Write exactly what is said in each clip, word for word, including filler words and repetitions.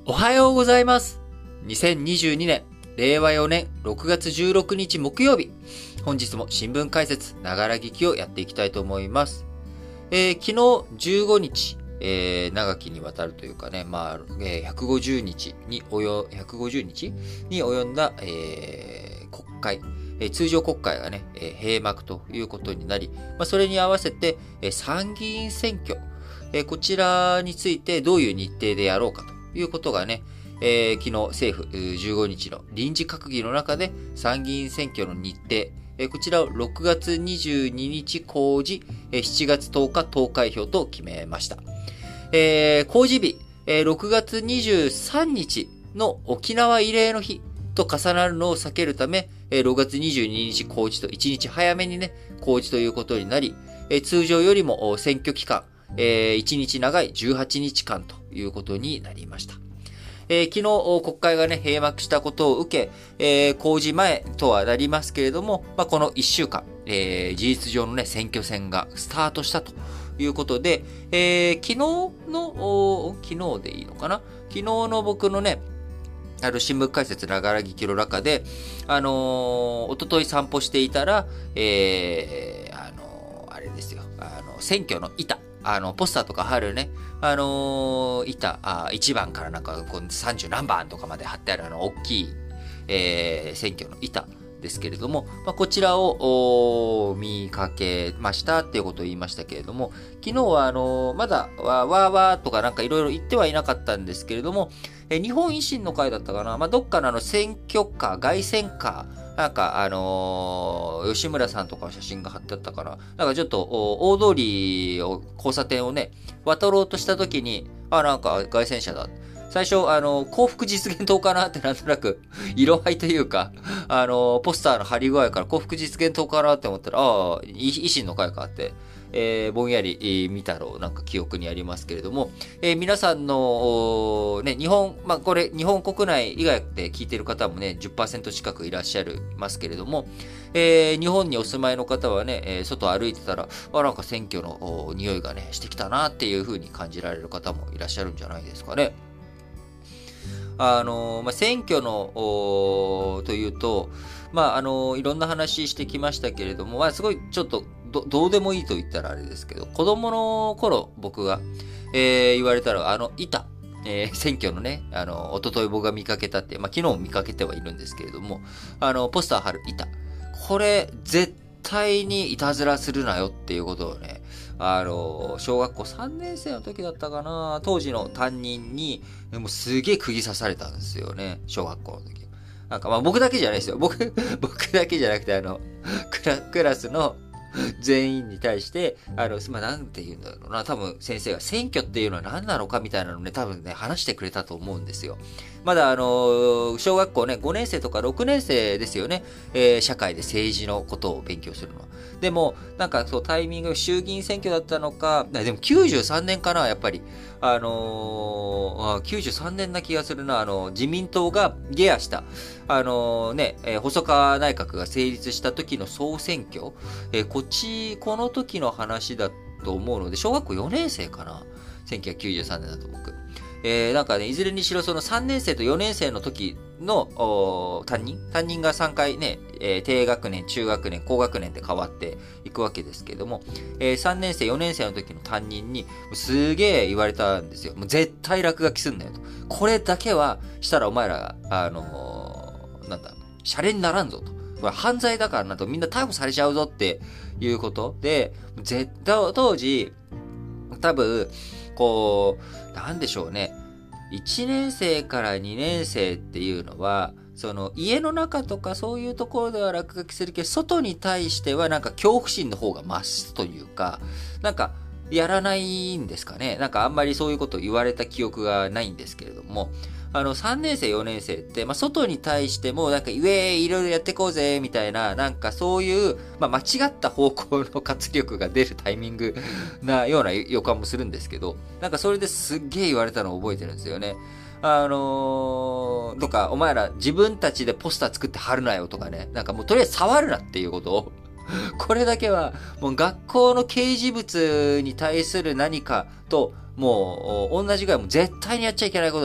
おはようございます。にせんにじゅうにねん、れいわよねんろくがつじゅうろくにち木曜日。本日も新聞解説、ながら聞きをやっていきたいと思います。えー、昨日じゅうごにち、えー、長きにわたるというかね、まあ、えー、ひゃくごじゅうにちに及、ひゃくごじゅうにちに及んだ、えー、国会、えー、通常国会がね、えー、閉幕ということになり、まあ、それに合わせて、えー、参議院選挙、えー、こちらについてどういう日程でやろうかということがね、えー、昨日政府じゅうごにちの臨時閣議の中で参議院選挙の日程、えー、こちらをろくがつにじゅうににち公示、えー、しちがつとおか投開票と決めました。えー、公示日、えー、ろくがつにじゅうさんにちの沖縄慰霊の日と重なるのを避けるため、えー、ろくがつにじゅうににち公示といちにち早めにね、公示ということになり、えー、通常よりも選挙期間、えー、いちにち長いじゅうはちにちかんということになりました。えー、昨日国会がね、閉幕したことを受け、えー、公示前とはなりますけれども、まあ、このいっしゅうかん、えー、事実上のね、選挙戦がスタートしたということで、えー、昨日の、昨日でいいのかな？昨日の僕のね、ある新聞解説ながら聞きの中で、あのー、おととい散歩していたら、えー、あのー、あれですよ、あの、選挙の板、あの、ポスターとか貼るね、あのー、板、あ、いちばんからなんか、こうさんじゅう何番とかまで貼ってあるあの、大きい、えー、選挙の板ですけれども、まあ、こちらを見かけましたっていうことを言いましたけれども、昨日はあのー、まだわーわーわーとかなんかいろいろ言ってはいなかったんですけれども、えー、日本維新の会だったかな、まあ、どっかのあの選挙カー、凱旋カー、なんか、あのー、吉村さんとか写真が貼ってあったから、なんかちょっと、大通りを、交差点をね、渡ろうとした時に、あ、なんか、凱旋車だ。最初、あの、幸福実現党かなってなんとなく、色合いというか、あの、ポスターの貼り具合から幸福実現党かなって思ったら、ああ、維新の会かって、えー、ぼんやり、えー、見たのなんか記憶にありますけれども、えー、皆さんの、ね、日本、まあ、これ、日本国内以外で聞いている方もね、じゅっパーセント 近くいらっしゃるますけれども、えー、日本にお住まいの方はね、えー、外歩いてたら、あ、なんか選挙の匂いがね、してきたなっていう風に感じられる方もいらっしゃるんじゃないですかね。あの、まあ、選挙の、というと、まあ、あの、いろんな話してきましたけれども、まあ、すごいちょっとど、どうでもいいと言ったらあれですけど、子供の頃、僕が、えー、言われたら、あの、板、えー、選挙のね、あの、一昨日僕が見かけたって、まあ、昨日も見かけてはいるんですけれども、あの、ポスター貼る板。これ、絶対にいたずらするなよっていうことをね、あの、小学校さんねんせいの時だったかな、当時の担任に、もうすげえ釘刺されたんですよね、小学校の時。なんかまあ僕だけじゃないですよ。僕、僕だけじゃなくて、あの、クラ、クラスの全員に対して、あの、まあ、なんて言うんだろうな、多分先生が選挙っていうのは何なのかみたいなのね、多分ね、話してくれたと思うんですよ。まだあの、小学校ね、ごねんせいとかろくねんせいですよね。えー、社会で政治のことを勉強するのは。でも、なんかそうタイミング、衆議院選挙だったのか、でもきゅうじゅうさんねんかな、やっぱり。あのー、きゅうじゅうさんねんな気がするな、あの、自民党がゲアした、あのー、ね、えー、細川内閣が成立した時の総選挙、えー、こっち、この時の話だと思うので、小学校よねんせいかな。せんきゅうひゃくきゅうじゅうさんねんだと僕。えー、なんかね、いずれにしろそのさんねんせいとよねんせいの時の担任担任がさんかいね、えー、低学年、中学年、高学年って変わっていくわけですけども、えー、さんねんせい、よねんせいの時の担任にすげえ言われたんですよ。もう絶対落書きすんなよと。これだけはしたらお前ら、あのー、なんだ、シャレにならんぞと。これ犯罪だからなとみんな逮捕されちゃうぞっていうことで、絶対当時、多分、こう、なんでしょうね。いちねんせいからにねんせいっていうのは、その家の中とかそういうところでは落書きするけど、外に対してはなんか恐怖心の方が増すというか、なんかやらないんですかね。なんかあんまりそういうこと言われた記憶がないんですけれども、あのさんねんせい、よねんせいって、まあ、外に対してもなんか、ウェーイいろいろやってこうぜ、みたいな、なんかそういう、まあ、間違った方向の活力が出るタイミングなような予感もするんですけど、なんかそれですっげえ言われたのを覚えてるんですよね。あのー、とか、お前ら自分たちでポスター作って貼るなよとかね。なんかもうとりあえず触るなっていうことをこれだけは、もう学校の掲示物に対する何かと、もう、同じぐらいもう絶対にやっちゃいけないことだぞと。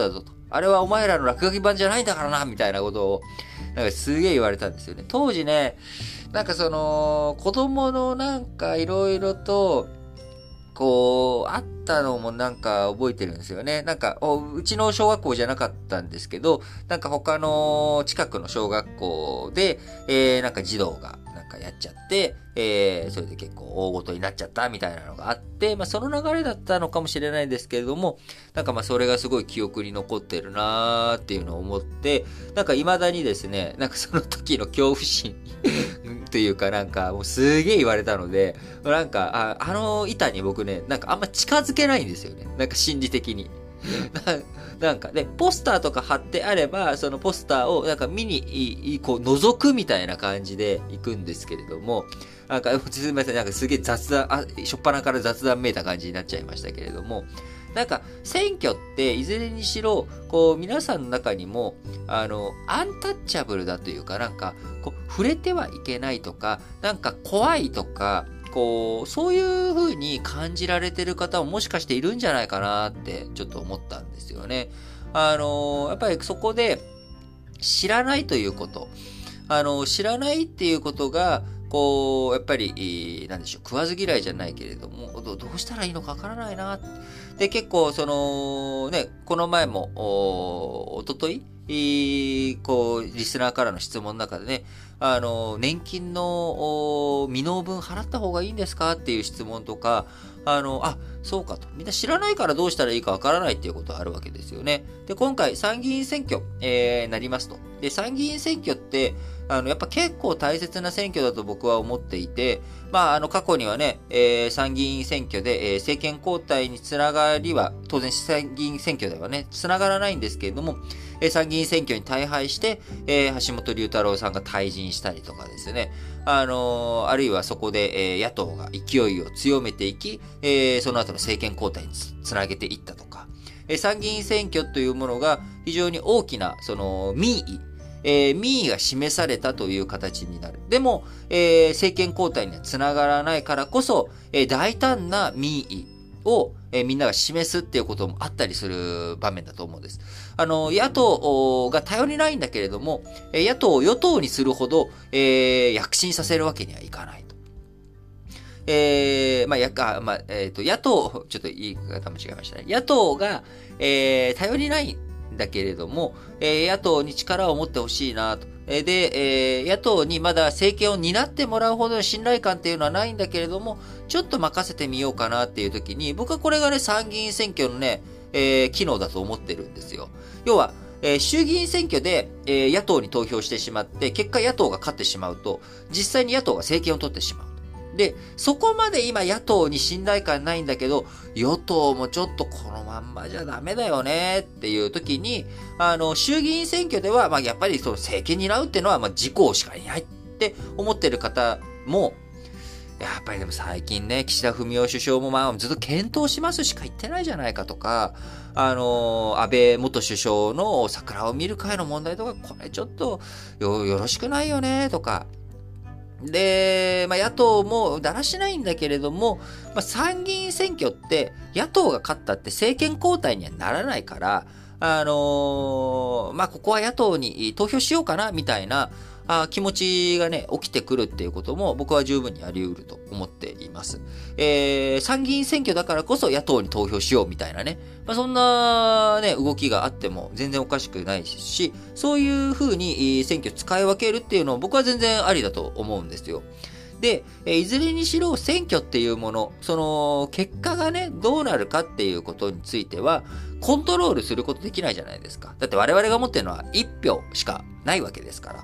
あれはお前らの落書き版じゃないんだからなみたいなことを、なんかすげえ言われたんですよね。当時ね、なんかその、子供のなんかいろいろと、こう、あったのもなんか覚えてるんですよね。なんか、うちの小学校じゃなかったんですけど、なんか他の近くの小学校で、えー、なんか児童がなんかやっちゃって、えー、それで結構大ごとになっちゃったみたいなのがあって、まあその流れだったのかもしれないんですけれども、なんかまあそれがすごい記憶に残ってるなーっていうのを思って、なんか未だにですね、なんかその時の恐怖心というかなんかもうすげえ言われたので、なんかあ、あの板に僕ね、なんかあんま近づけないんですよね。なんか心理的に。ななんかね、ポスターとか貼ってあれば、そのポスターをなんか見に、こう覗くみたいな感じで行くんですけれども、なんかすみません、なんかすげえ雑談、あ、しょっぱなから雑談めいた感じになっちゃいましたけれども、なんか選挙っていずれにしろ、こう皆さんの中にも、あの、アンタッチャブルだというか、なんか、こう触れてはいけないとか、なんか怖いとか、こう、そういう風に感じられてる方ももしかしているんじゃないかなってちょっと思ったんですよね。あの、やっぱりそこで知らないということ。あの、知らないっていうことが、こう、やっぱり、なんでしょう、食わず嫌いじゃないけれども、どどうしたらいいのかわからないな。で、結構、その、ね、この前も、お、おとといこう、リスナーからの質問の中でね、あの、年金の未納分払った方がいいんですかっていう質問とか、あの、あ、そうかと。みんな知らないからどうしたらいいかわからないっていうことがあるわけですよね。で、今回参議院選挙、えー、なりますと。で、参議院選挙って、あの、やっぱ結構大切な選挙だと僕は思っていて、まあ、あの、過去にはね、えー、参議院選挙で、えー、政権交代につながりは、当然参議院選挙ではね、つながらないんですけれども、えー、参議院選挙に大敗して、えー、橋本龍太郎さんが退陣したりとかですね、あのー、あるいはそこで、えー、野党が勢いを強めていき、えー、その後の政権交代に つ, つなげていったとか、えー、参議院選挙というものが非常に大きな、その、民意、えー、民意が示されたという形になる。でも、えー、政権交代にはつながらないからこそ、えー、大胆な民意を、えー、みんなが示すっていうこともあったりする場面だと思うんです。あの、野党が頼りないんだけれども、えー、野党を与党にするほど、えー、躍進させるわけにはいかないと。えー、まあ、やか、まあ、えっ、ー、と、野党、ちょっと言い方間違えましたね。野党が、えー、頼りないだけれども、えー、野党に力を持ってほしいなと。えー、で、えー、野党にまだ政権を担ってもらうほどの信頼感っていうのはないんだけれども、ちょっと任せてみようかなっていう時に、僕はこれがね、参議院選挙のね、えー、機能だと思ってるんですよ。要は、えー、衆議院選挙で、えー、野党に投票してしまって、結果野党が勝ってしまうと、実際に野党が政権を取ってしまう。で、そこまで今野党に信頼感ないんだけど、与党もちょっとこのまんまじゃダメだよねっていう時に、あの、衆議院選挙では、まあやっぱりその政権に担うっていうのは、まあ自公しかいないって思ってる方も、やっぱりでも最近ね、岸田文雄首相もまあずっと検討しますしか言ってないじゃないかとか、あの、安倍元首相の桜を見る会の問題とか、これちょっとよ、よろしくないよねとか、で、まあ、野党もだらしないんだけれども、まあ、参議院選挙って野党が勝ったって政権交代にはならないから、あのー、まあ、ここは野党に投票しようかな、みたいなあ気持ちがね、起きてくるっていうことも僕は十分にあり得ると思っています。えー、参議院選挙だからこそ野党に投票しようみたいなね、まあ、そんなね、動きがあっても全然おかしくないし、そういう風に選挙使い分けるっていうのを僕は全然ありだと思うんですよ。で、いずれにしろ選挙っていうもの、その結果がね、どうなるかっていうことについては、コントロールすることできないじゃないですか。だって我々が持ってるのは一票しかないわけですから。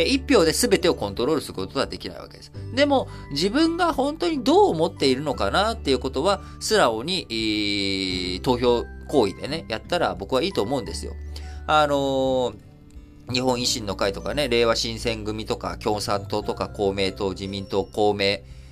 一票で全てをコントロールすることはできないわけです。でも、自分が本当にどう思っているのかなっていうことは、素直に、えー、投票行為でね、やったら僕はいいと思うんですよ。あのー、日本維新の会とかね、令和新選組とか、共産党とか、公明党、自民党、公明、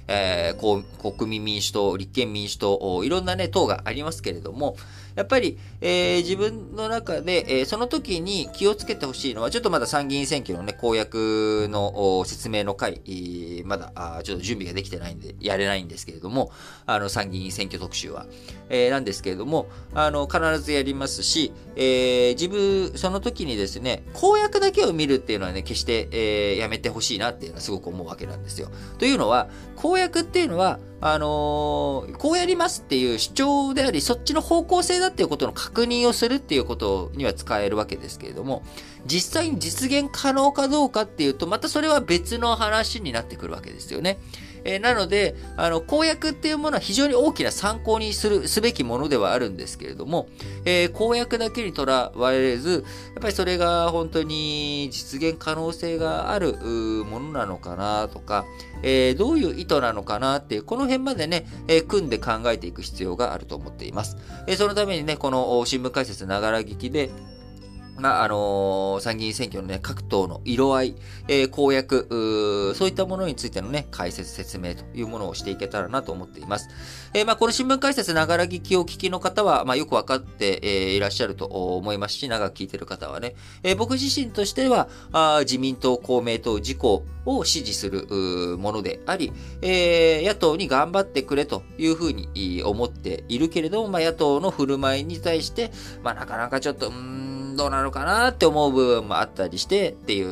えー、こう国民民主党、立憲民主党、いろんなね、党がありますけれども、やっぱり、えー、自分の中で、えー、その時に気をつけてほしいのは、ちょっとまだ参議院選挙のね、公約の説明の回、まだあちょっと準備ができてないんで、やれないんですけれども、あの、参議院選挙特集は。えー、なんですけれども、あの、必ずやりますし、えー、自分、その時にですね、公約だけを見るっていうのはね、決して、えー、やめてほしいなっていうのはすごく思うわけなんですよ。というのは、公約っていうのは、あのー、こうやりますっていう主張であり、そっちの方向性だっていうことの確認をするっていうことには使えるわけですけれども、実際に実現可能かどうかっていうと、またそれは別の話になってくるわけですよね。えー、なので、あの、公約っていうものは非常に大きな参考にする、すべきものではあるんですけれども、えー、公約だけにとらわれず、やっぱりそれが本当に実現可能性があるものなのかなとか、えー、どういう意図なのかなっていう、この辺までね、えー、組んで考えていく必要があると思っています。えー、そのためにね、この新聞解説ながら聞きで、まあ、あのー、参議院選挙のね、各党の色合い、えー、公約、そういったものについてのね、解説、説明というものをしていけたらなと思っています。えー、まあ、この新聞解説ながら聞きを聞きの方は、まあ、よくわかって、えー、いらっしゃると思いますし、長く聞いている方はね、えー、僕自身としては、あ自民党、公明党、自公を支持するものであり、えー、野党に頑張ってくれというふうに思っているけれども、まあ、野党の振る舞いに対して、まあ、なかなかちょっと、うーん、どうなのかなって思う部分もあったりしてっていう、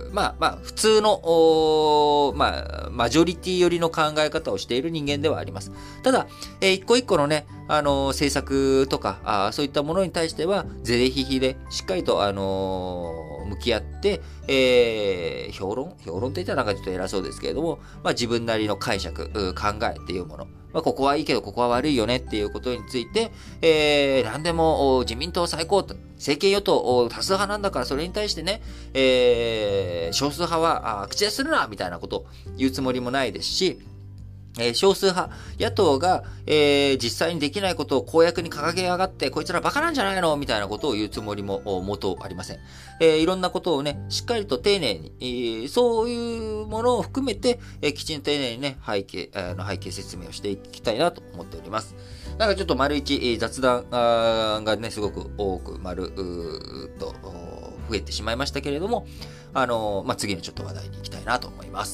まあまあ普通の、まあマジョリティ寄りの考え方をしている人間ではあります。ただ、えー、一個一個のね、あのー、政策とかあ、そういったものに対しては、是々非々でしっかりと、あのー、向き合って、えー、評論評論って言ったらなんかちょっと偉そうですけれども、まあ自分なりの解釈、考えっていうもの。まあ、ここはいいけど、ここは悪いよねっていうことについて、えー、何でも自民党最高と、政権与党多数派なんだからそれに対してね、えー、少数派は口出するなみたいなことを言うつもりもないですし、えー、少数派、野党が、えー、実際にできないことを公約に掲げ上がって、こいつらバカなんじゃないのみたいなことを言うつもりも元ありません。えー、いろんなことをね、しっかりと丁寧に、えー、そういうものを含めて、えー、きちんと丁寧にね、背景、あの背景説明をしていきたいなと思っております。なんかちょっと丸一、えー、雑談がね、すごく多く丸と増えてしまいましたけれども、あのー、まあ、次のちょっと話題に行きたいなと思います。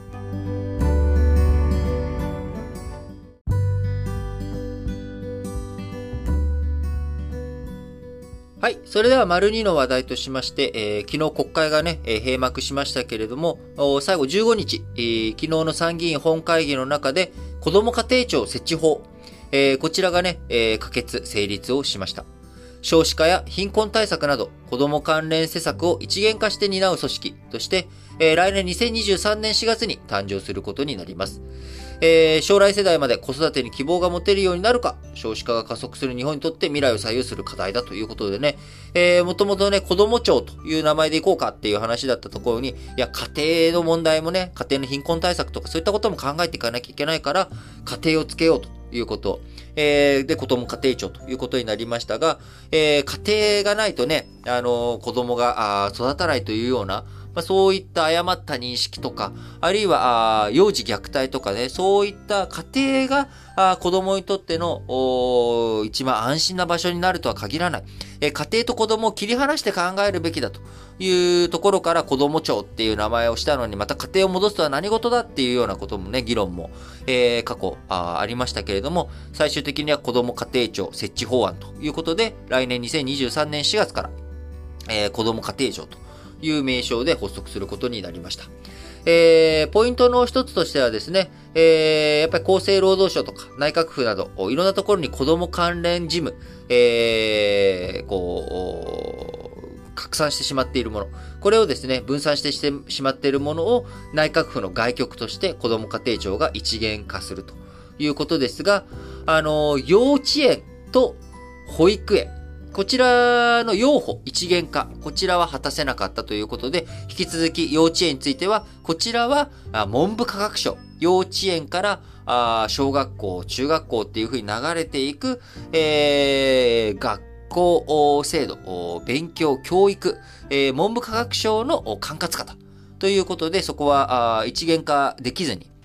はい。それでは、丸にの話題としまして、えー、昨日国会がね、えー、閉幕しましたけれども、最後じゅうごにち、えー、昨日の参議院本会議の中で、子ども家庭庁設置法、えー、こちらがね、えー、可決、成立をしました。少子化や貧困対策など、子ども関連施策を一元化して担う組織として、えー、来年にせんにじゅうさんねんしがつに誕生することになります。えー、将来世代まで子育てに希望が持てるようになるか、少子化が加速する日本にとって未来を左右する課題だということでね、えー、もともとね、子ども庁という名前でいこうかっていう話だったところに、いや、家庭の問題もね、家庭の貧困対策とかそういったことも考えていかなきゃいけないから、家庭をつけようということ。えー、で、子ども家庭庁ということになりましたが、えー、家庭がないとね、あのー、子供があ育たないというような、まあ、そういった誤った認識とか、あるいは、あ幼児虐待とかね、そういった家庭が、あ子供にとっての、一番安心な場所になるとは限らない。え家庭と子供を切り離して考えるべきだというところから子供庁っていう名前をしたのに、また家庭を戻すとは何事だっていうようなこともね、議論も、えー、過去あ、ありましたけれども、最終的には子供家庭庁設置法案ということで、来年にせんにじゅうさんねんしがつから、えー、子供家庭庁という名称で発足することになりました。えー、ポイントの一つとしてはですね、えー、やっぱり厚生労働省とか内閣府など、いろんなところに子供関連事務、えー、こう、拡散してしまっているもの、これをですね、分散してしてしまっているものを内閣府の外局として子供家庭庁が一元化するということですが、あの、幼稚園と保育園、こちらの幼保一元化、こちらは果たせなかったということで、引き続き幼稚園については、こちらは文部科学省、幼稚園から小学校、中学校っていう風に流れていく、えー、学校制度、勉強、教育、えー、文部科学省の管轄方ということで、そこは一元化できずに、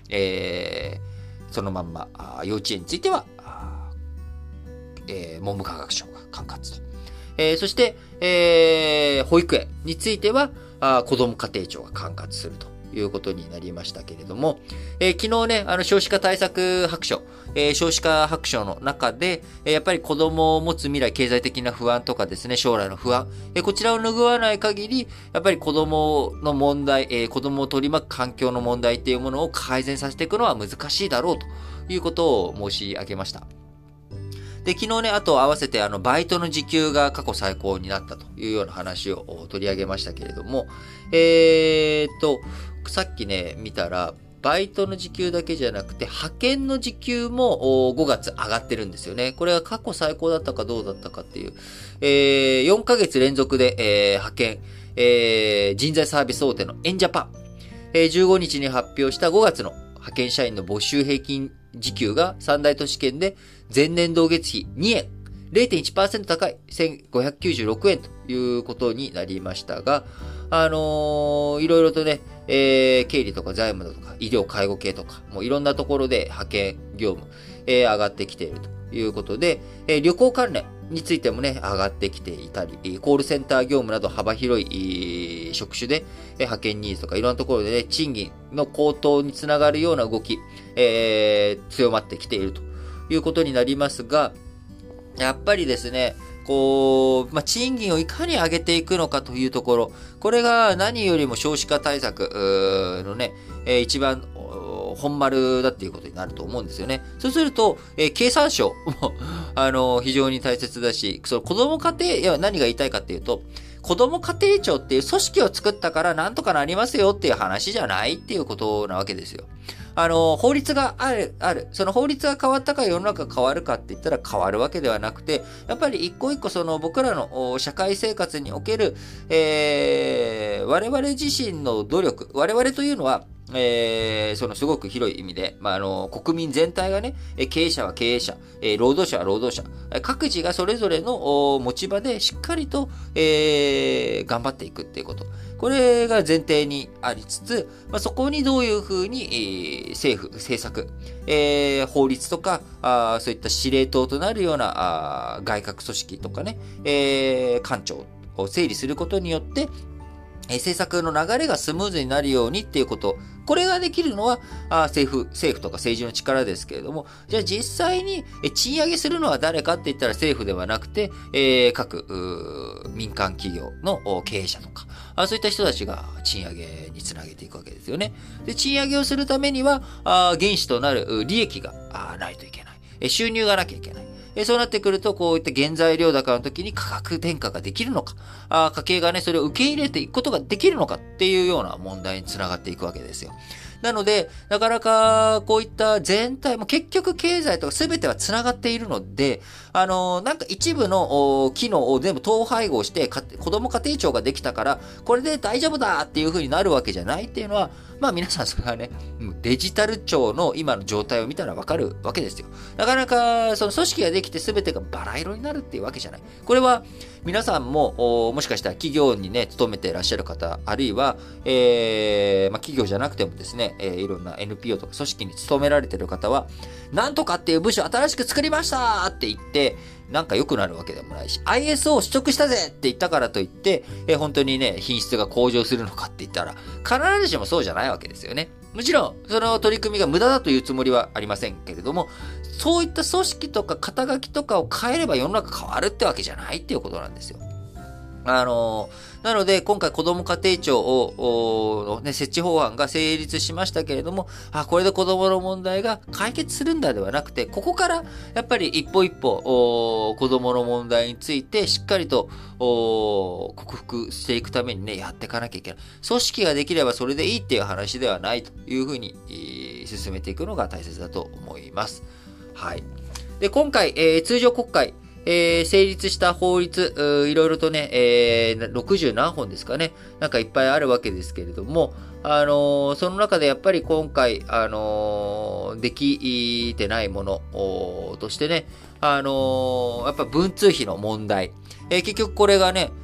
えー、そのまんま、幼稚園については、えー、文部科学省が管轄と。えー、そして、えー、保育園については、あ子ども家庭庁が管轄するということになりましたけれども、えー、昨日ね、あの少子化対策白書、えー、少子化白書の中で、えー、やっぱり子供を持つ未来、経済的な不安とかですね、将来の不安、えー、こちらを拭わない限り、やっぱり子供の問題、えー、子供を取り巻く環境の問題っていうものを改善させていくのは難しいだろうということを申し上げました。で、昨日ね、あと合わせてあの、バイトの時給が過去最高になったというような話を取り上げましたけれども、えーっと、さっきね、見たら、バイトの時給だけじゃなくて、派遣の時給もごがつ上がってるんですよね。これが過去最高だったかどうだったかっていう。えー、よんかげつ連続で、えー、派遣、えー、人材サービス大手のエンジャパン、えー、じゅうごにちに発表したごがつの派遣社員の募集平均時給が三大都市圏で前年同月比にえん、れいてんいちパーセント 高いせんごひゃくきゅうじゅうろくえんということになりましたが、あのー、いろいろとね、えー、経理とか財務だとか医療介護系とか、もういろんなところで派遣業務、えー、上がってきているということで、えー、旅行関連についてもね、上がってきていたり、コールセンター業務など幅広い職種で、派遣ニーズとかいろんなところでね、賃金の高騰につながるような動き、えー、強まってきているということになりますが、やっぱりですね、こう、まあ、賃金をいかに上げていくのかというところ、これが何よりも少子化対策のね、えー、一番本丸だっていうことになると思うんですよね。そうすると、えー、経産省もあの非常に大切だし、その子ども家庭、いや何が言いたいかっていうと、子ども家庭庁っていう組織を作ったからなんとかなりますよっていう話じゃないっていうことなわけですよ。あの、法律がある、ある。その法律が変わったから世の中が変わるかって言ったら変わるわけではなくて、やっぱり一個一個その僕らの社会生活における、えー、我々自身の努力、我々というのは、えー、そのすごく広い意味で、まあ、あの、国民全体がね、経営者は経営者、労働者は労働者、各自がそれぞれの持ち場でしっかりと、えー、頑張っていくっていうこと。これが前提にありつつ、まあ、そこにどういうふうに、えー、政府、政策、えー、法律とか、あそういった司令塔となるようなあ外郭組織とかね、えー、官庁を整理することによって、えー、政策の流れがスムーズになるようにっていうこと、これができるのはあ政府、政府とか政治の力ですけれども、じゃあ実際に賃上げするのは誰かって言ったら政府ではなくて、えー、各民間企業の経営者とか、あそういった人たちが賃上げにつなげていくわけですよね。で、賃上げをするためには、あ原資となる利益がないといけない。収入がなきゃいけない。そうなってくると、こういった原材料高の時に価格転嫁ができるのか、あ家計がね、それを受け入れていくことができるのかっていうような問題につながっていくわけですよ。なので、なかなかこういった全体も結局経済とか全てはつながっているので、あのー、なんか一部の機能を全部統廃合して子ども家庭庁ができたから、これで大丈夫だっていう風になるわけじゃないっていうのは、まあ皆さんそれはね、デジタル庁の今の状態を見たらわかるわけですよ。なかなかその組織ができて全てがバラ色になるっていうわけじゃない。これは皆さんももしかしたら企業にね、勤めていらっしゃる方、あるいは、えーまあ、企業じゃなくてもですね、えー、いろんな エヌピーオー とか組織に勤められている方は、なんとかっていう部署新しく作りましたって言って、なんか良くなるわけでもないし、アイエスオー 取得したぜって言ったからといって、えー、本当にね、品質が向上するのかって言ったら、必ずしもそうじゃないわけですよね。もちろん、その取り組みが無駄だというつもりはありませんけれども、そういった組織とか肩書きとかを変えれば世の中変わるってわけじゃないっていうことなんですよ。あのー、なので、今回子ども家庭庁を、ね、設置法案が成立しましたけれども、あ、これで子どもの問題が解決するんだではなくて、ここからやっぱり一歩一歩、子どもの問題についてしっかりと克服していくためにね、やっていかなきゃいけない。組織ができればそれでいいっていう話ではないというふうに、えー、進めていくのが大切だと思います。はい。で、今回、えー、通常国会、えー、成立した法律、いろいろとね、えー、ろくじゅう何本ですかね、なんかいっぱいあるわけですけれども、あのー、その中でやっぱり今回、あのー、できてないものとしてね、あのー、やっぱ文通費の問題、えー、結局これがね、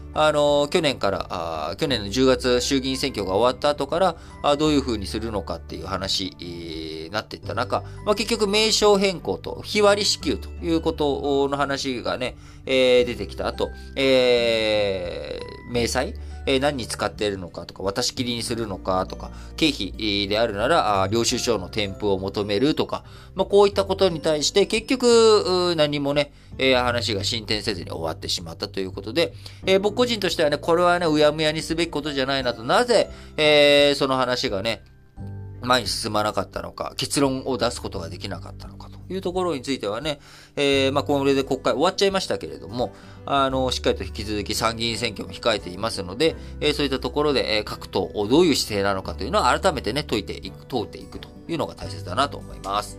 あの、去年から、あ去年のじゅうがつ衆議院選挙が終わった後から、あどういう風にするのかっていう話になっていった中、まあ、結局名称変更と日割り支給ということの話がね、えー、出てきた後、えー、明細えー、何に使っているのかとか、渡し切りにするのかとか、経費であるなら、領収書の添付を求めるとか、まあ、こういったことに対して、結局、何もね、えー、話が進展せずに終わってしまったということで、えー、僕個人としてはね、これはね、うやむやにすべきことじゃないなと、なぜ、えー、その話がね、前に進まなかったのか、結論を出すことができなかったのかというところについてはね、えー、まあ、これで国会終わっちゃいましたけれども、あの、しっかりと引き続き参議院選挙も控えていますので、えー、そういったところで、えー、各党どういう姿勢なのかというのを改めてね、解いていく、問うていくというのが大切だなと思います。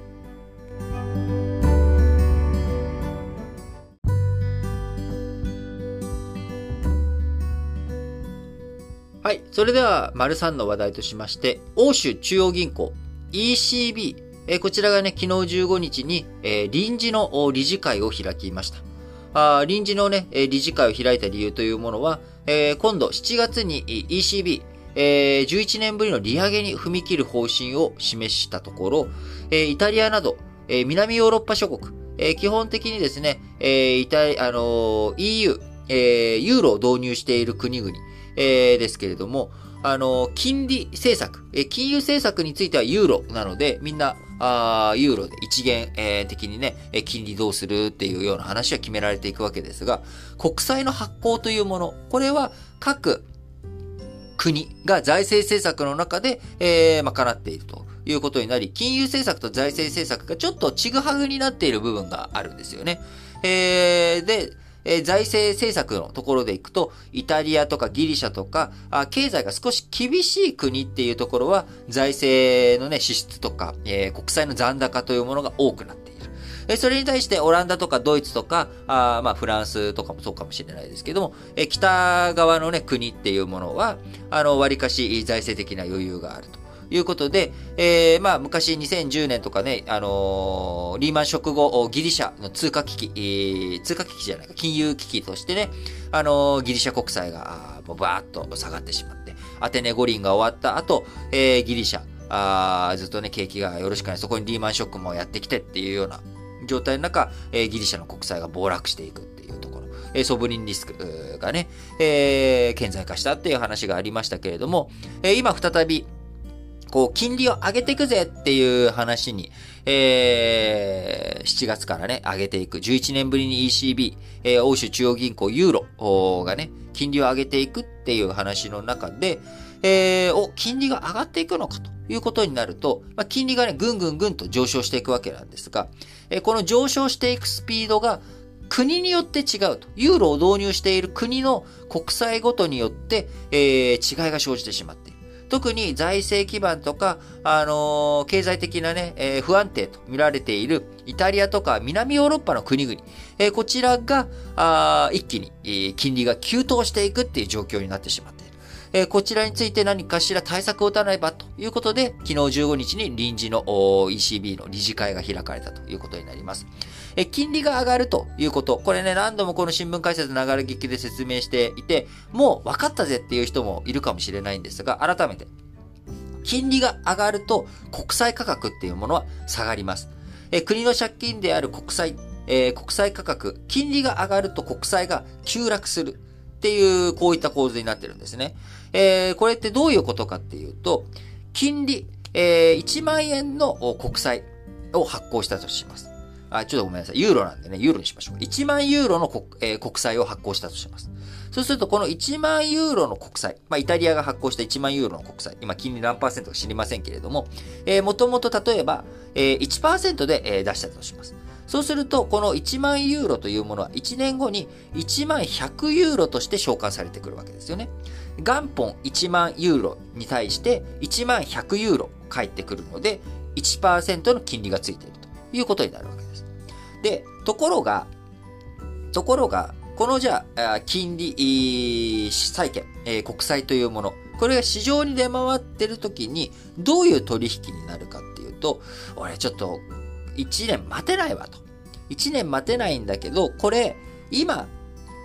はい。それでは、丸さんの話題としまして、欧州中央銀行 イーシービー、えー、こちらがね、昨日じゅうごにちに、えー、臨時の理事会を開きました。あ臨時のね、理事会を開いた理由というものは、えー、今度しちがつに イーシービー、えー、じゅういちねんぶりの利上げに踏み切る方針を示したところ、えー、イタリアなど、えー、南ヨーロッパ諸国、えー、基本的にですね、えー、イタリあのー、イーユー、えー、ユーロを導入している国々、えー、ですけれども、あの、金利政策、えー、金融政策についてはユーロなので、みんな、あユーロで一元、えー、的にね、金利どうするっていうような話は決められていくわけですが、国債の発行というもの、これは各国が財政政策の中で、えー、賄っているということになり、金融政策と財政政策がちょっとちぐはぐになっている部分があるんですよね。えー、で、えー、財政政策のところでいくと、イタリアとかギリシャとか、あ経済が少し厳しい国っていうところは、財政のね、支出とか、えー、国債の残高というものが多くなっている。えー、それに対して、オランダとかドイツとか、あまあ、フランスとかもそうかもしれないですけども、えー、北側のね、国っていうものは、あの、割かし財政的な余裕があると。いうことで、えー、まあ、昔にせんじゅうねんとかね、あのー、リーマンショック後、ギリシャの通貨危機、えー、通貨危機じゃないか、金融危機としてね、あのー、ギリシャ国債が、もうバーッと下がってしまって、アテネ五輪が終わった後、えー、ギリシャ、あずっとね、景気がよろしくない、そこにリーマンショックもやってきてっていうような状態の中、えー、ギリシャの国債が暴落していくっていうところ、えー、ソブリンリスクがね、えー、顕在化したっていう話がありましたけれども、えー、今再び、こう、金利を上げていくぜっていう話に、えー、しちがつからね、上げていく。じゅういちねんぶりに イーシービー、えー、欧州中央銀行ユーロがね、金利を上げていくっていう話の中で、えー、お、金利が上がっていくのかということになると、まあ、金利がね、ぐんぐんぐんと上昇していくわけなんですが、えー、この上昇していくスピードが、国によって違うと。ユーロを導入している国の国債ごとによって、えー、違いが生じてしまっている。特に財政基盤とか、あのー、経済的なね、えー、不安定と見られているイタリアとか南ヨーロッパの国々、えー、こちらが、あ一気に、えー、金利が急騰していくっていう状況になってしまっている。えー、こちらについて何かしら対策を打たないばということで、昨日じゅうごにちに臨時の イーシービー の理事会が開かれたということになります。え金利が上がるということ。これね、何度もこの新聞解説ながら聞きで説明していて、もう分かったぜっていう人もいるかもしれないんですが、改めて。金利が上がると国債価格っていうものは下がります。え国の借金である国債、えー、国債価格、金利が上がると国債が急落するっていう、こういった構図になってるんですね。えー、これってどういうことかっていうと、金利、えー、いちまんえんの国債を発行したとします。あ、ちょっとごめんなさい。ユーロなんでね、ユーロにしましょう。いちまんユーロの国、えー、国債を発行したとします。そうすると、このいちまんユーロの国債、まあ、イタリアが発行したいちまんユーロの国債、今、金利何パーセントか知りませんけれども、えー、もともと例えば、えー、いちパーセント で、えー、出したとします。そうすると、このいちまんユーロというものはいちねんごにいちまんひゃくユーロとして償還されてくるわけですよね。元本いちまんユーロに対していちまんひゃくユーロ返ってくるので、いちパーセント の金利がついているということになるわけです。で、ところが、ところが、このじゃあ、金利、債券、えー、国債というもの、これが市場に出回ってるときに、どういう取引になるかっていうと、俺ちょっと、いちねん待てないわと。いちねん待てないんだけど、これ、今、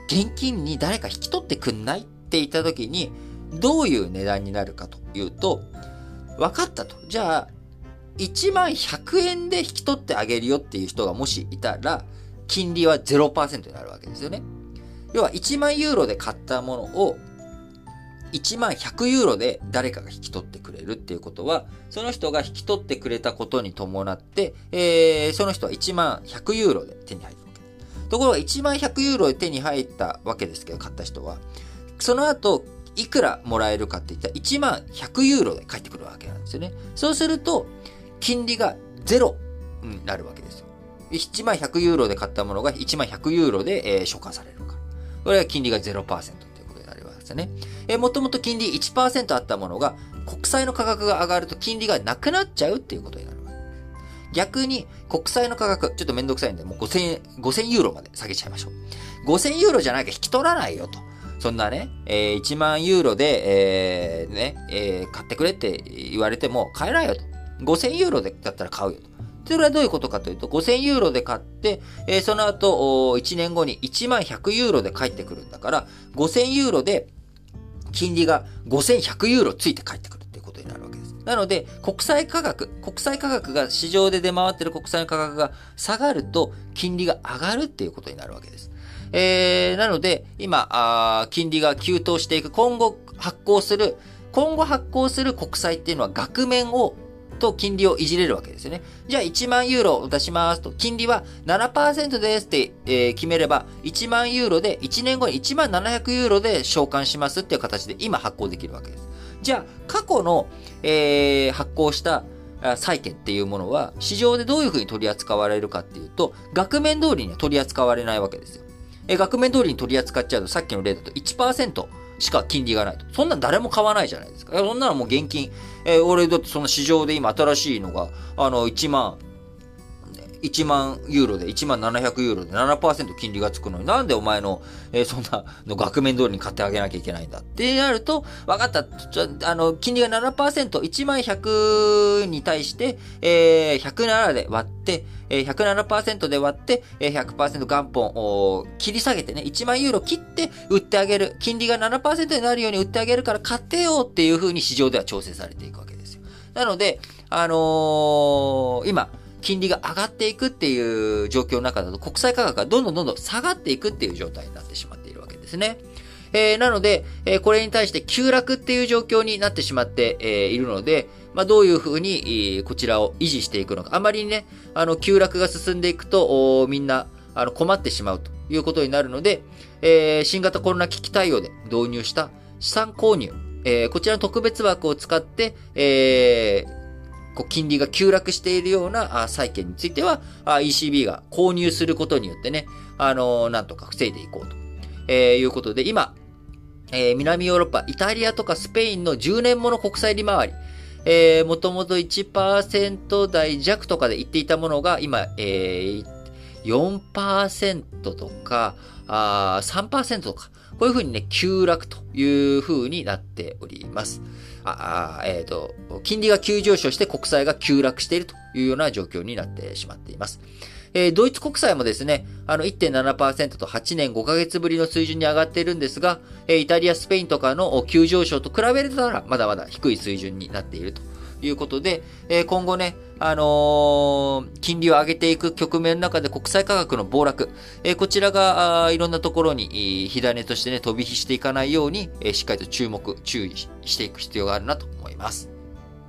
現金に誰か引き取ってくんないって言った時に、どういう値段になるかというと、分かったと。じゃあ、いちまんひゃくえんで引き取ってあげるよっていう人がもしいたら、金利は ゼロパーセント になるわけですよね。要はいちまんユーロで買ったものを、いちまんひゃくユーロで誰かが引き取ってくれるっていうことは、その人が引き取ってくれたことに伴って、えー、その人はいちまんひゃくユーロで手に入るわけ。ところがいちまんひゃくユーロで手に入ったわけですけど、買った人は、その後、いくらもらえるかって言ったらいちまんひゃくユーロで返ってくるわけなんですよね。そうすると、金利がゼロになるわけですよ。いちまんひゃくユーロで買ったものがいちまんひゃくユーロで、えー、償還されるから。これは金利が ゼロパーセント ということになるわけですよね。えー、もともと金利 いちパーセント あったものが、国債の価格が上がると金利がなくなっちゃうっていうことになるわけです。逆に、国債の価格、ちょっとめんどくさいんで、もうごせんえん、ごせんユーロまで下げちゃいましょう。ごせんユーロじゃなきゃ引き取らないよと。そんなね、えー、いちまんユーロで、えー、ね、えー、買ってくれって言われても買えないよと。ごせんユーロでだったら買うよと。それはどういうことかというと、ごせんユーロで買って、えー、その後、いちねんごにいちまんひゃくユーロで返ってくるんだから、ごせんユーロで金利がごせんひゃくユーロついて返ってくるっていうことになるわけです。なので、国債価格、国債価格が市場で出回っている国債の価格が下がると、金利が上がるっていうことになるわけです。えー、なので、今、あ金利が急騰していく、今後発行する、今後発行する国債っていうのは額面を、と金利をいじれるわけですよね。じゃあいちまんユーロを出しますと、金利は ななパーセント ですって、えー、決めれば、いちまんユーロでいちねんごにいちまんななひゃくユーロで償還しますっていう形で今発行できるわけです。じゃあ、過去の、えー、発行した債券っていうものは、市場でどういうふうに取り扱われるかっていうと、額面通りには取り扱われないわけですよ。えー、額面通りに取り扱っちゃうと、さっきの例だと いちパーセント しか金利がないと。そんなん誰も買わないじゃないですか。そんなのもう現金。えー、俺だってその市場で今新しいのが、あの、いちまん、いちまんユーロでいちまんななひゃくユーロで ななパーセント 金利がつくのになんでお前の、えー、そんなの額面通りに買ってあげなきゃいけないんだってなると、分かった。ちょあの、金利が ななパーセント、いちまんひゃくに対して、えー、ひゃくななで割って、ひゃくななパーセント で割って、ひゃくパーセント 元本を切り下げてね、いちまんユーロ切って売ってあげる。金利が ななパーセント になるように売ってあげるから買ってよっていう風に市場では調整されていくわけですよ。なので、あのー、今、金利が上がっていくっていう状況の中だと国債価格がどんどんどんどん下がっていくっていう状態になってしまっているわけですね。えー、なので、えー、これに対して急落っていう状況になってしまって、えー、いるので、まあ、どういうふうに、えー、こちらを維持していくのか。あまりね、あの、急落が進んでいくと、みんな、あの、困ってしまうということになるので、えー、新型コロナ危機対応で導入した資産購入、えー、こちらの特別枠を使って、えー、こう金利が急落しているような債券については イーシービー が購入することによってね、あのー、なんとか防いでいこうと、えー、いうことで、今、えー、南ヨーロッパ、イタリアとかスペインのじゅうねんもの国債利回り、えー、もともと いちパーセント 台弱とかで言っていたものが今、えー、よんパーセント とかあ さんパーセント とか、こういうふうにね、急落というふうになっております。あ、あえっと、金利が急上昇して国債が急落しているというような状況になってしまっています。えー、ドイツ国債もですね、あの いってんななパーセント とはちねんごかげつぶりの水準に上がっているんですが、えー、イタリア、スペインとかの急上昇と比べるとならまだまだ低い水準になっているということで、えー、今後ね、あのー、金利を上げていく局面の中で国債価格の暴落、えー、こちらがいろんなところに火種としてね、飛び火していかないように、えー、しっかりと注目、注意していく必要があるなと思います。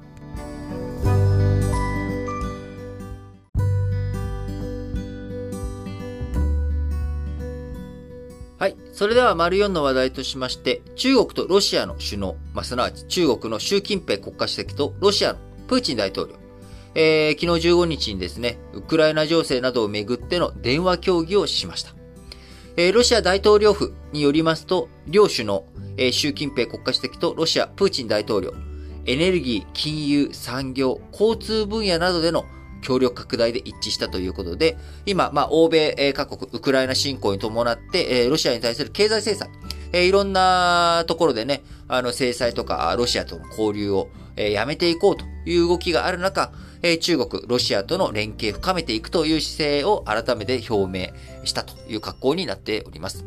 はい。それでは、丸よんの話題としまして、中国とロシアの首脳、まあ、すなわち中国の習近平国家主席とロシアのプーチン大統領、えー、昨日じゅうごにちにですね、ウクライナ情勢などをめぐっての電話協議をしました。えー、ロシア大統領府によりますと、両首脳、えー、習近平国家主席とロシア、プーチン大統領、エネルギー、金融、産業、交通分野などでの協力拡大で一致したということで、今、まあ、欧米各国、ウクライナ侵攻に伴って、えー、ロシアに対する経済制裁、えー、いろんなところでね、あの、制裁とか、ロシアとの交流を、えー、やめていこうという動きがある中、えー、中国、ロシアとの連携を深めていくという姿勢を改めて表明したという格好になっております。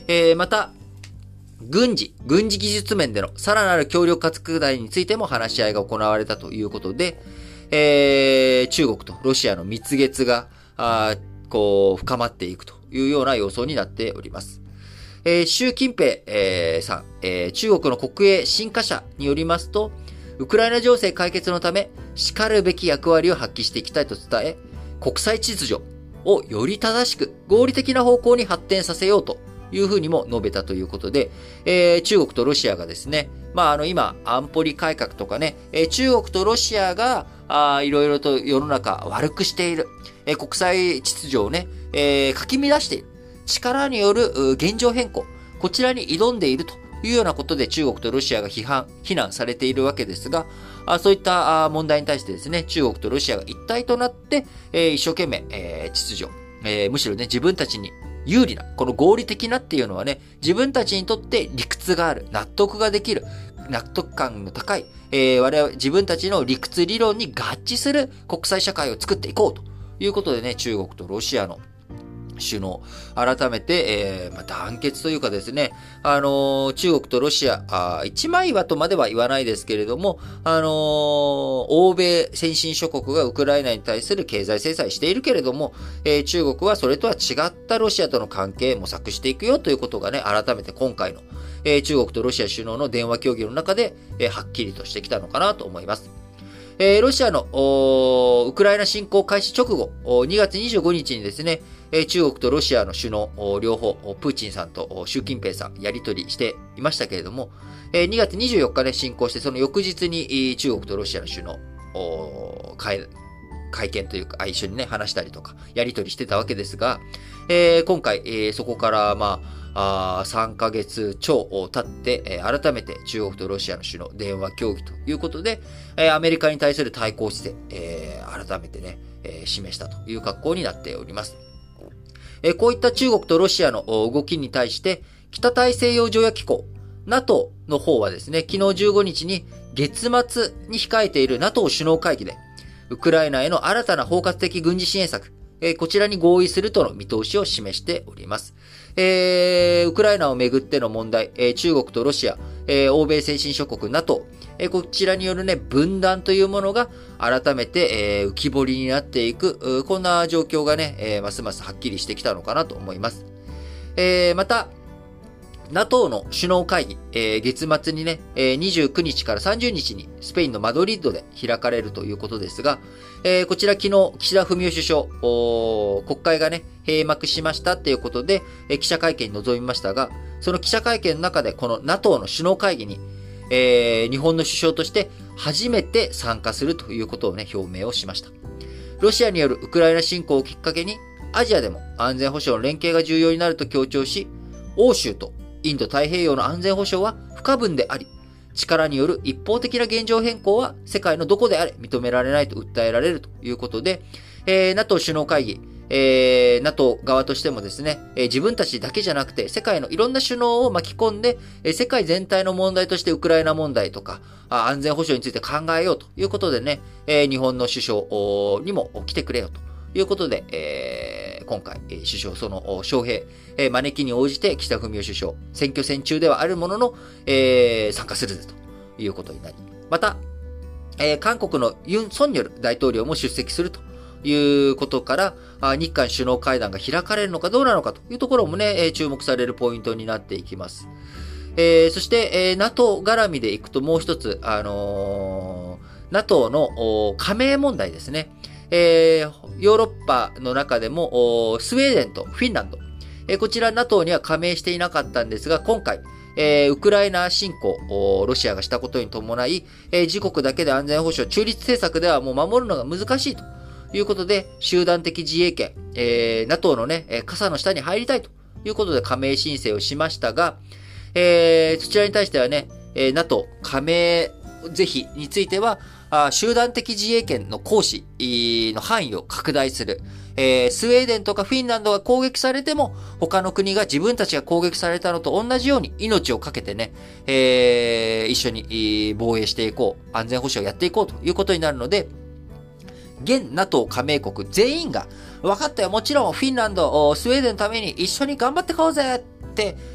えー、また、軍事、軍事技術面でのさらなる協力拡大についても話し合いが行われたということで、えー、中国とロシアの蜜月が、あこう、深まっていくというような様相になっております。えー、習近平、えー、さん、えー、中国の国営新華社によりますと、ウクライナ情勢解決のため、叱るべき役割を発揮していきたいと伝え、国際秩序をより正しく合理的な方向に発展させようというふうにも述べたということで、えー、中国とロシアがですね、まあ、あの、今、安保理改革とかね、えー、中国とロシアが、あいろいろと世の中悪くしている、えー、国際秩序をね、えー、かき乱している。力による現状変更、こちらに挑んでいるというようなことで中国とロシアが批判、非難されているわけですが、そういった問題に対してですね、中国とロシアが一体となって、一生懸命、秩序、むしろね、自分たちに有利な、この合理的なっていうのはね、自分たちにとって理屈がある、納得ができる、納得感の高い、我々、自分たちの理屈理論に合致する国際社会を作っていこうということでね、中国とロシアの首脳、改めて、えーまあ、団結というかですね、あのー、中国とロシア、あ一枚岩とまでは言わないですけれども、あのー、欧米先進諸国がウクライナに対する経済制裁しているけれども、えー、中国はそれとは違ったロシアとの関係を模索していくよということがね、改めて今回の、えー、中国とロシア首脳の電話協議の中で、えー、はっきりとしてきたのかなと思います。えー、ロシアのウクライナ侵攻開始直後、にがつにじゅうごにちにですね、中国とロシアの首脳、両方、プーチンさんと習近平さん、やり取りしていましたけれども、にがつにじゅうよっかで侵攻して、その翌日に中国とロシアの首脳、会、会見というか、一緒にね、話したりとか、やり取りしてたわけですが、今回、そこから、まあ、さんかげつ超経って、改めて中国とロシアの首脳、電話協議ということで、アメリカに対する対抗姿勢、改めてね、示したという格好になっております。こういった中国とロシアの動きに対して、北大西洋条約機構、NATO の方はですね、昨日じゅうごにちに月末に控えている NATO 首脳会議で、ウクライナへの新たな包括的軍事支援策、こちらに合意するとの見通しを示しております。えー、ウクライナをめぐっての問題、中国とロシア、欧米先進諸国 NATO、こちらによるね、分断というものが改めて、えー、浮き彫りになっていく、こんな状況がね、えー、ますますはっきりしてきたのかなと思います。えー、また、NATO の首脳会議、えー、月末にね、えー、にじゅうくにちからさんじゅうにちにスペインのマドリッドで開かれるということですが、えー、こちら昨日、岸田文雄首相、国会がね、閉幕しましたということで、えー、記者会見に臨みましたが、その記者会見の中でこの NATO の首脳会議に、えー、日本の首相として初めて参加するということをね、表明をしました。ロシアによるウクライナ侵攻をきっかけに、アジアでも安全保障の連携が重要になると強調し、欧州とインド太平洋の安全保障は不可分であり、力による一方的な現状変更は世界のどこであれ認められないと訴えられるということで、えー、NATO 首脳会議、えー、NATO 側としてもですね、えー、自分たちだけじゃなくて世界のいろんな首脳を巻き込んで、えー、世界全体の問題としてウクライナ問題とかあ安全保障について考えようということでね、えー、日本の首相にも来てくれよということで、えー、今回、えー、首相その招聘、えー、招きに応じて岸田文雄首相、選挙戦中ではあるものの、えー、参加するということになり、また、えー、韓国のユン・ソンニョル大統領も出席するということから、日韓首脳会談が開かれるのかどうなのかというところもね、注目されるポイントになっていきます。えー、そして、えー、NATO 絡みでいくともう一つ、あのー、NATO の加盟問題ですね。えー、ヨーロッパの中でもスウェーデンとフィンランド、えー、こちら NATO には加盟していなかったんですが、今回、えー、ウクライナ侵攻、ロシアがしたことに伴い、えー、自国だけで安全保障、中立政策ではもう守るのが難しいということで、集団的自衛権、えー、NATO のね、傘の下に入りたいということで加盟申請をしましたが、えー、そちらに対してはね、えー、NATO 加盟是非については、集団的自衛権の行使の範囲を拡大する。えー、スウェーデンとかフィンランドが攻撃されても、他の国が自分たちが攻撃されたのと同じように命を懸けてね、えー、一緒に防衛していこう、安全保障をやっていこうということになるので、現 NATO 加盟国全員が、分かったよ、もちろんフィンランド、スウェーデンのために一緒に頑張っていこうぜって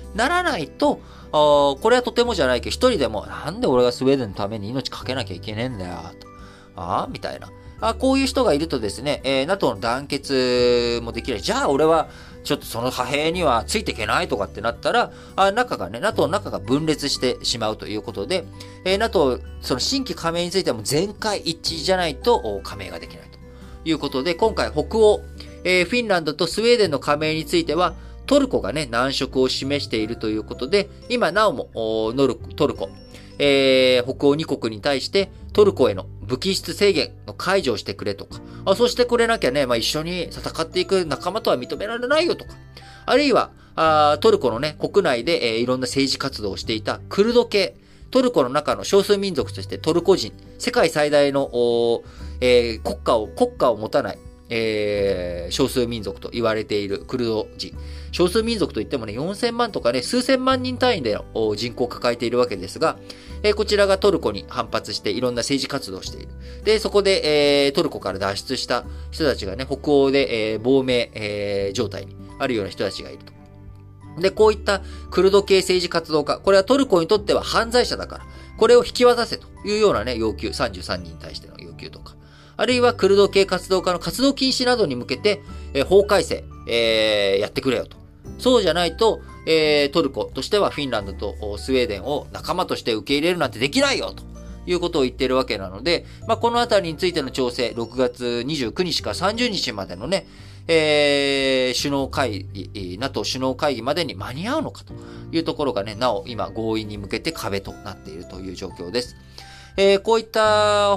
ならないと、あこれはとてもじゃないけど、一人でも、なんで俺がスウェーデンのために命かけなきゃいけねえんだよ、と。ああみたいな。あこういう人がいるとですね、えー、ナトー の団結もできない。じゃあ俺は、ちょっとその派兵にはついていけないとかってなったら、あ中がね、ナトー の中が分裂してしまうということで、えー、ナトー、その新規加盟についてはもう全会一致じゃないと加盟ができないということで、今回北欧、えー、フィンランドとスウェーデンの加盟については、トルコがね、難色を示しているということで、今なおもノルトルコ、えー、北欧にこくに対してトルコへの武器輸出制限の解除をしてくれとか、あそうしてくれなきゃね、まあ、一緒に戦っていく仲間とは認められないよとか、あるいは、あトルコのね、国内で、えー、いろんな政治活動をしていたクルド系、トルコの中の少数民族としてトルコ人、世界最大の、えー、国家を、国家を持たない、えー、少数民族と言われているクルド人。少数民族といってもね、よんせんまんとかね、数千万人単位での人口を抱えているわけですが、えー、こちらがトルコに反発していろんな政治活動をしている。で、そこで、えー、トルコから脱出した人たちがね、北欧で、えー、亡命、えー、状態にあるような人たちがいると。で、こういったクルド系政治活動家、これはトルコにとっては犯罪者だから、これを引き渡せというようなね、要求、さんじゅうさんにんに対しての要求とか、あるいはクルド系活動家の活動禁止などに向けて、えー、法改正、えー、やってくれよと。そうじゃないと、えー、トルコとしてはフィンランドとスウェーデンを仲間として受け入れるなんてできないよということを言っているわけなので、まあ、このあたりについての調整、ろくがつにじゅうくにちからさんじゅうにちまでのね、えー、首脳会議、ナトー 首脳会議までに間に合うのかというところがね、なお今合意に向けて壁となっているという状況です。えー、こういった、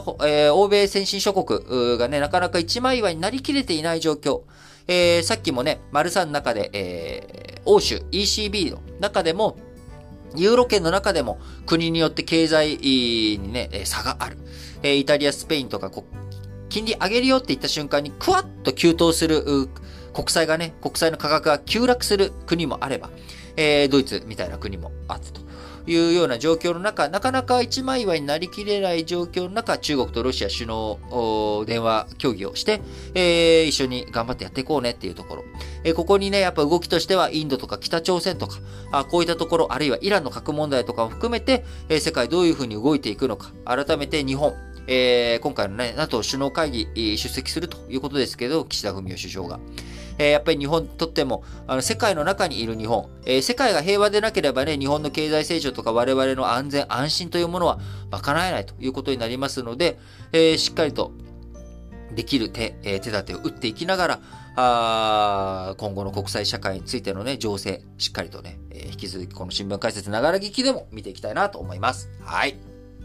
えー、欧米先進諸国がね、なかなか一枚岩になりきれていない状況。えー、さっきもね、マルサの中で、えー、欧州 イーシービー の中でも、ユーロ圏の中でも国によって経済にね、差がある。えー、イタリア、スペインとか、金利上げるよって言った瞬間に、クワッと急騰する、国債がね、国債の価格が急落する国もあれば、えー、ドイツみたいな国もあったというような状況の中、なかなか一枚岩になりきれない状況の中、中国とロシア首脳電話協議をして、えー、一緒に頑張ってやっていこうねっていうところ。えー、ここにね、やっぱ動きとしてはインドとか北朝鮮とか、あこういったところ、あるいはイランの核問題とかを含めて、えー、世界どういうふうに動いていくのか、改めて日本、えー、今回のね、ナトー 首脳会議出席するということですけど、岸田文雄首相が。えー、やっぱり日本にとっても、あの、世界の中にいる日本、えー、世界が平和でなければね、日本の経済成長とか我々の安全安心というものは賄えないということになりますので、えー、しっかりとできる手、えー、手立てを打っていきながら、あ今後の国際社会についてのね、情勢、しっかりとね、えー、引き続きこの新聞解説ながら聞きでも見ていきたいなと思います。はい。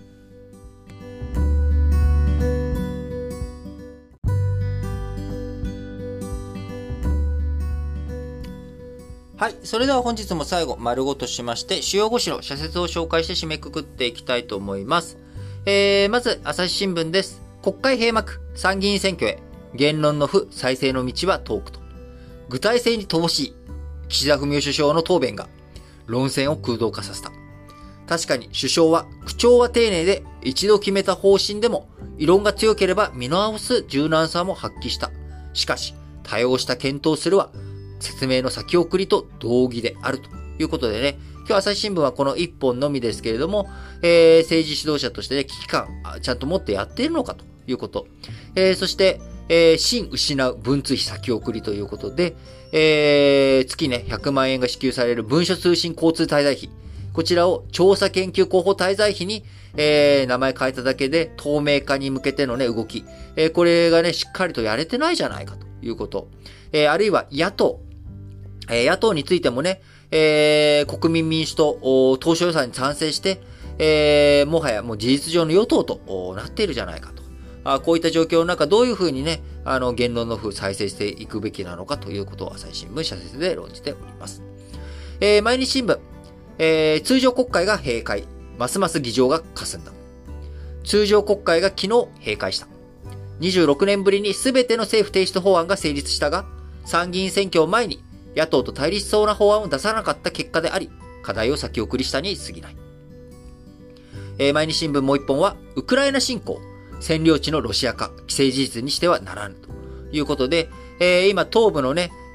はい。それでは本日も最後、丸ごとしまして、主要ご紙の社説を紹介して締めくくっていきたいと思います。えー、まず、朝日新聞です。国会閉幕、参議院選挙へ、言論の負、再生の道は遠くと。具体性に乏しい、岸田文雄首相の答弁が、論戦を空洞化させた。確かに首相は、口調は丁寧で、一度決めた方針でも、異論が強ければ見直す柔軟さも発揮した。しかし、多様した検討するは、説明の先送りと同義であるということでね、今日朝日新聞はこの一本のみですけれども、えー、政治指導者としてね、危機感ちゃんと持ってやっているのかということ。えー、そして、えー、真失う文通費先送りということで、えー、月ね、ひゃくまんえんが支給される文書通信交通滞在費。こちらを調査研究広報滞在費に、えー、名前変えただけで透明化に向けてのね、動き。えー、これがね、しっかりとやれてないじゃないかということ。えー、あるいは野党。えー、野党についてもね、えー、国民民主党、当初予算に賛成して、えー、もはやもう事実上の与党となっているじゃないかと。あこういった状況の中、どういうふうにね、あの、言論の風再生していくべきなのかということを朝日新聞社説で論じております。えー、毎日新聞、えー、通常国会が閉会、ますます議場が霞んだ。通常国会が昨日閉会した。にじゅうろくねんぶりに全ての政府提出法案が成立したが、参議院選挙を前に野党と対立しそうな法案を出さなかった結果であり、課題を先送りしたに過ぎない。えー、毎日新聞もう一本は、ウクライナ侵攻、占領地のロシア化、既成事実にしてはならぬということで、えー、今東部のね、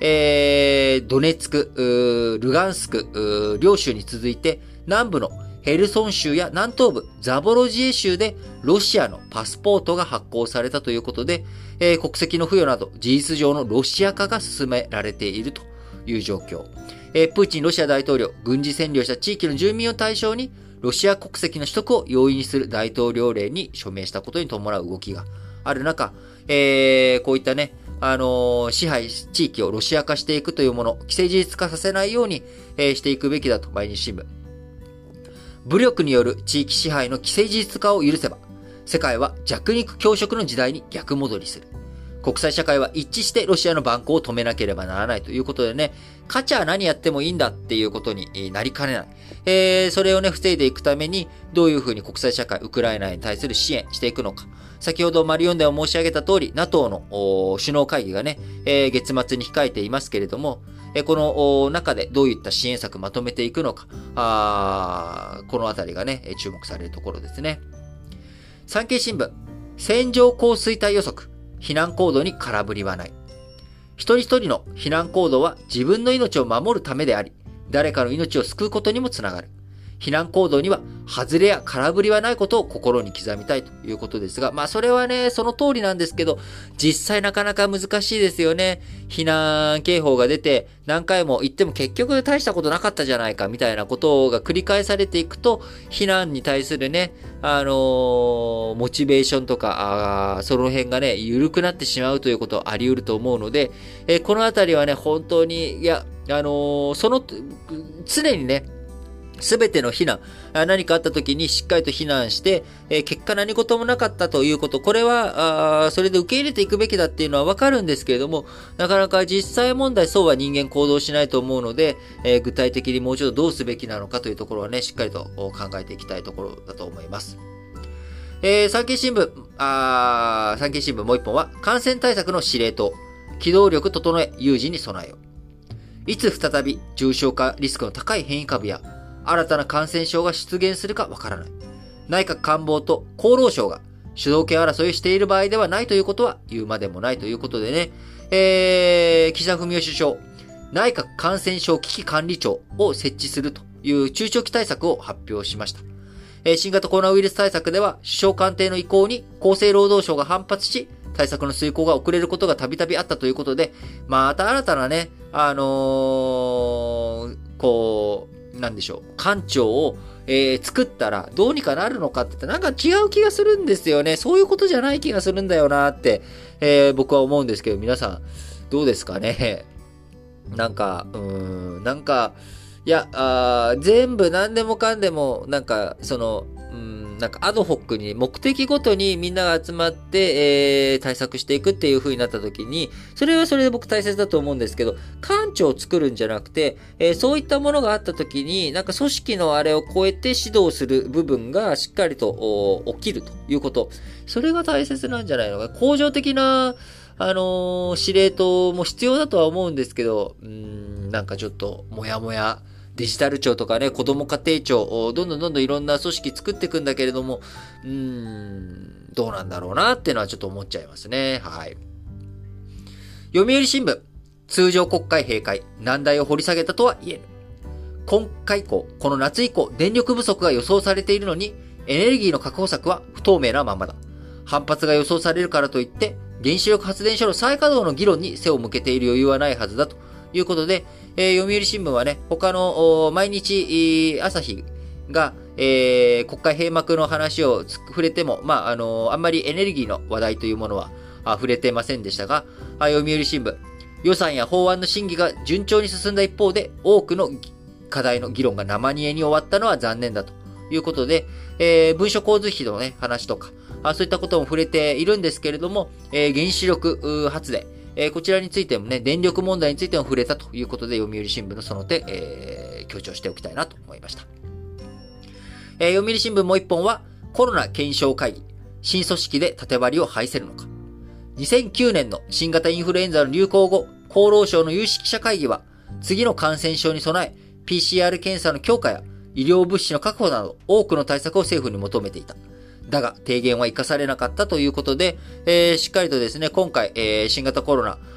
えー、ドネツク、ルガンスク、両州に続いて、南部のヘルソン州や南東部、ザボロジエ州でロシアのパスポートが発行されたということで、えー、国籍の付与など事実上のロシア化が進められているという状況。えー、プーチンロシア大統領、軍事占領した地域の住民を対象に、ロシア国籍の取得を容易にする大統領令に署名したことに伴う動きがある中、えー、こういったね、あのー、支配地域をロシア化していくというもの、既成事実化させないように、えー、していくべきだと、毎日新聞。武力による地域支配の既成事実化を許せば、世界は弱肉強食の時代に逆戻りする。国際社会は一致してロシアの蛮行を止めなければならないということでね、勝ちは何やってもいいんだっていうことになりかねない。えー、それをね、防いでいくために、どういうふうに国際社会、ウクライナに対する支援していくのか。先ほどマリオンでは申し上げた通り、NATO の首脳会議がね、えー、月末に控えていますけれども、えー、この中でどういった支援策まとめていくのか、あこのあたりがね、注目されるところですね。産経新聞、線状降水帯予測。避難行動に空振りはない。一人一人の避難行動は自分の命を守るためであり、誰かの命を救うことにもつながる。避難行動には外れや空振りはないことを心に刻みたいということですが、まあそれはね、その通りなんですけど、実際なかなか難しいですよね。避難警報が出て何回も言っても結局大したことなかったじゃないかみたいなことが繰り返されていくと、避難に対するね、あのー、モチベーションとか、あその辺がね、緩くなってしまうということはあり得ると思うので、えー、このあたりはね、本当に、いや、あのー、その、常にね、すべての避難、何かあった時にしっかりと避難して、えー、結果何事もなかったということ、これは、あそれで受け入れていくべきだっていうのはわかるんですけれども、なかなか実際問題そうは人間行動しないと思うので、えー、具体的にもうちょっとどうすべきなのかというところはね、しっかりと考えていきたいところだと思います。えー、産経新聞、あ産経新聞もう一本は、感染対策の司令塔、機動力整え、有事に備えよ。いつ再び重症化リスクの高い変異株や、新たな感染症が出現するかわからない。内閣官房と厚労省が主導権争いをしている場合ではないということは言うまでもないということでね、えー、岸田文雄首相、内閣感染症危機管理庁を設置するという中長期対策を発表しました。えー、新型コロナウイルス対策では首相官邸の意向に厚生労働省が反発し、対策の遂行が遅れることがたびたびあったということで、また新たなね、あのー、こう、なんでしょう、官庁を、えー、作ったらどうにかなるのかって言ったらなんか違う気がするんですよね。そういうことじゃない気がするんだよなって、えー、僕は思うんですけど、皆さんどうですかね。なんか、うーん、なんか、いや、あ全部何でもかんでも、なんか、その、うん、なんかアドホックに目的ごとにみんなが集まって、えー、対策していくっていう風になった時に、それはそれで僕大切だと思うんですけど、官庁を作るんじゃなくて、えー、そういったものがあった時に、なんか組織のあれを超えて指導する部分がしっかりと起きるということ。それが大切なんじゃないのか。恒常的な、あのー、司令塔も必要だとは思うんですけど、うーん、なんかちょっと、もやもや、デジタル庁とかね、子ども家庭庁、どんどんどんどんいろんな組織作っていくんだけれども、うーん、どうなんだろうなっていうのはちょっと思っちゃいますね。はい。読売新聞、通常国会閉会、難題を掘り下げたとは言えぬ。今回以降、この夏以降、電力不足が予想されているのに、エネルギーの確保策は不透明なままだ。反発が予想されるからといって、原子力発電所の再稼働の議論に背を向けている余裕はないはずだということで、えー、読売新聞はね、他の毎日、朝日が、えー、国会閉幕の話を触れても、まあ、あのー、あんまりエネルギーの話題というものは触れてませんでしたが、読売新聞、予算や法案の審議が順調に進んだ一方で、多くの課題の議論が生煮えに終わったのは残念だということで、えー、文書交通費のね、話とか、あそういったことも触れているんですけれども、えー、原子力発電、えー、こちらについてもね、電力問題についても触れたということで、読売新聞のその点、えー、強調しておきたいなと思いました。えー、読売新聞もう一本は、コロナ検証会議、新組織で縦割りを排せるのか。にせんきゅうねんの新型インフルエンザの流行後、厚労省の有識者会議は、次の感染症に備え、ピーシーアール 検査の強化や医療物資の確保など、多くの対策を政府に求めていた。だが、提言は生かされなかったということで、えー、しっかりとですね、今回、えー、新型コロナ、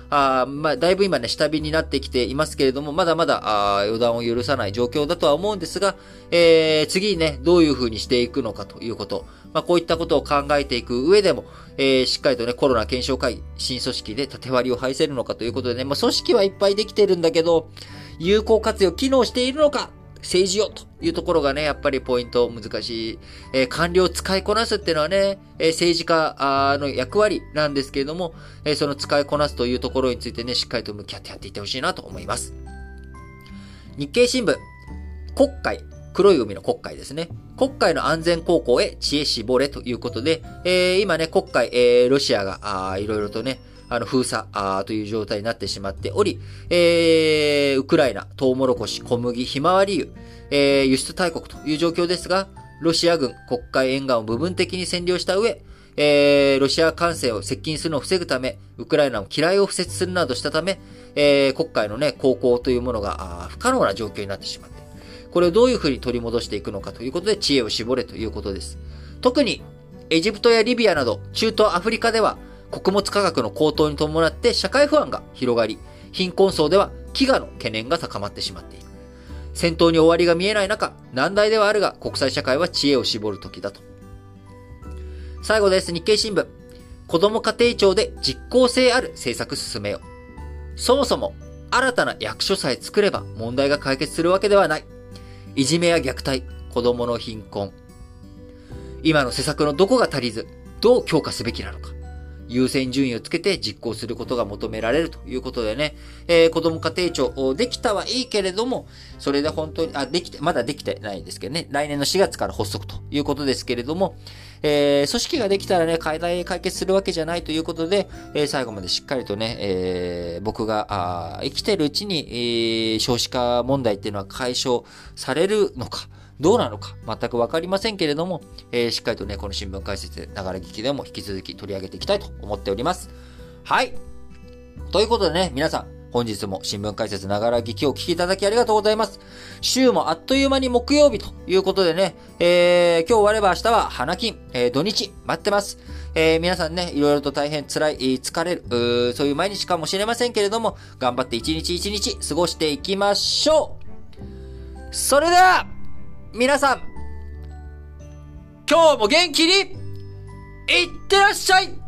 あまあ、だいぶ今ね、下火になってきていますけれども、まだまだ、あ予断を許さない状況だとは思うんですが、えー、次にね、どういう風にしていくのかということ、まあ、こういったことを考えていく上でも、えー、しっかりとね、コロナ検証会議、新組織で縦割りを排せるのかということでね、まあ、組織はいっぱいできてるんだけど、有効活用機能しているのか、政治よというところがね、やっぱりポイント難しい。えー、官僚を使いこなすっていうのはね、えー、政治家の役割なんですけれども、えー、その使いこなすというところについてね、しっかりと向き合ってやっていってほしいなと思います。日経新聞、国会、黒い海の国会ですね。国会の安全航行へ知恵絞れということで、えー、今ね、国会、えー、ロシアが、あいろいろとね、あの、封鎖あという状態になってしまっており、えー、ウクライナ、トウモロコシ、小麦、ひまわり油、えー、輸出大国という状況ですが、ロシア軍、国海沿岸を部分的に占領した上、えー、ロシア艦船を接近するのを防ぐため、ウクライナの機雷を敷設するなどしたため、えー、国海のね、航行というものが不可能な状況になってしまって、これをどういうふうに取り戻していくのかということで知恵を絞れということです。特に、エジプトやリビアなど、中東アフリカでは、穀物価格の高騰に伴って社会不安が広がり、貧困層では飢餓の懸念が高まってしまっている。戦闘に終わりが見えない中、難題ではあるが、国際社会は知恵を絞る時だと。最後です。日経新聞。子ども家庭庁で実効性ある政策進めよ。そもそも、新たな役所さえ作れば問題が解決するわけではない。いじめや虐待、子どもの貧困。今の施策のどこが足りず、どう強化すべきなのか。優先順位をつけて実行することが求められるということでね、えー、子ども家庭庁、できたはいいけれども、それで本当に、あ、できて、まだできてないですけどね、来年のしがつから発足ということですけれども、えー、組織ができたらね、課題解決するわけじゃないということで、えー、最後までしっかりとね、えー、僕があ生きてるうちに、えー、少子化問題っていうのは解消されるのか、どうなのか全くわかりませんけれども、えー、しっかりとね、この新聞解説、ながら聞きでも引き続き取り上げていきたいと思っております。はい。ということでね、皆さん、本日も新聞解説ながら聞きをお聞きいただきありがとうございます。週もあっという間に木曜日ということでね、えー、今日終われば明日は花金、えー、土日待ってます。えー、皆さんね、いろいろと大変辛い、疲れる、うそういう毎日かもしれませんけれども、頑張って一日一日過ごしていきましょう。それでは、皆さん、今日も元気にいってらっしゃい。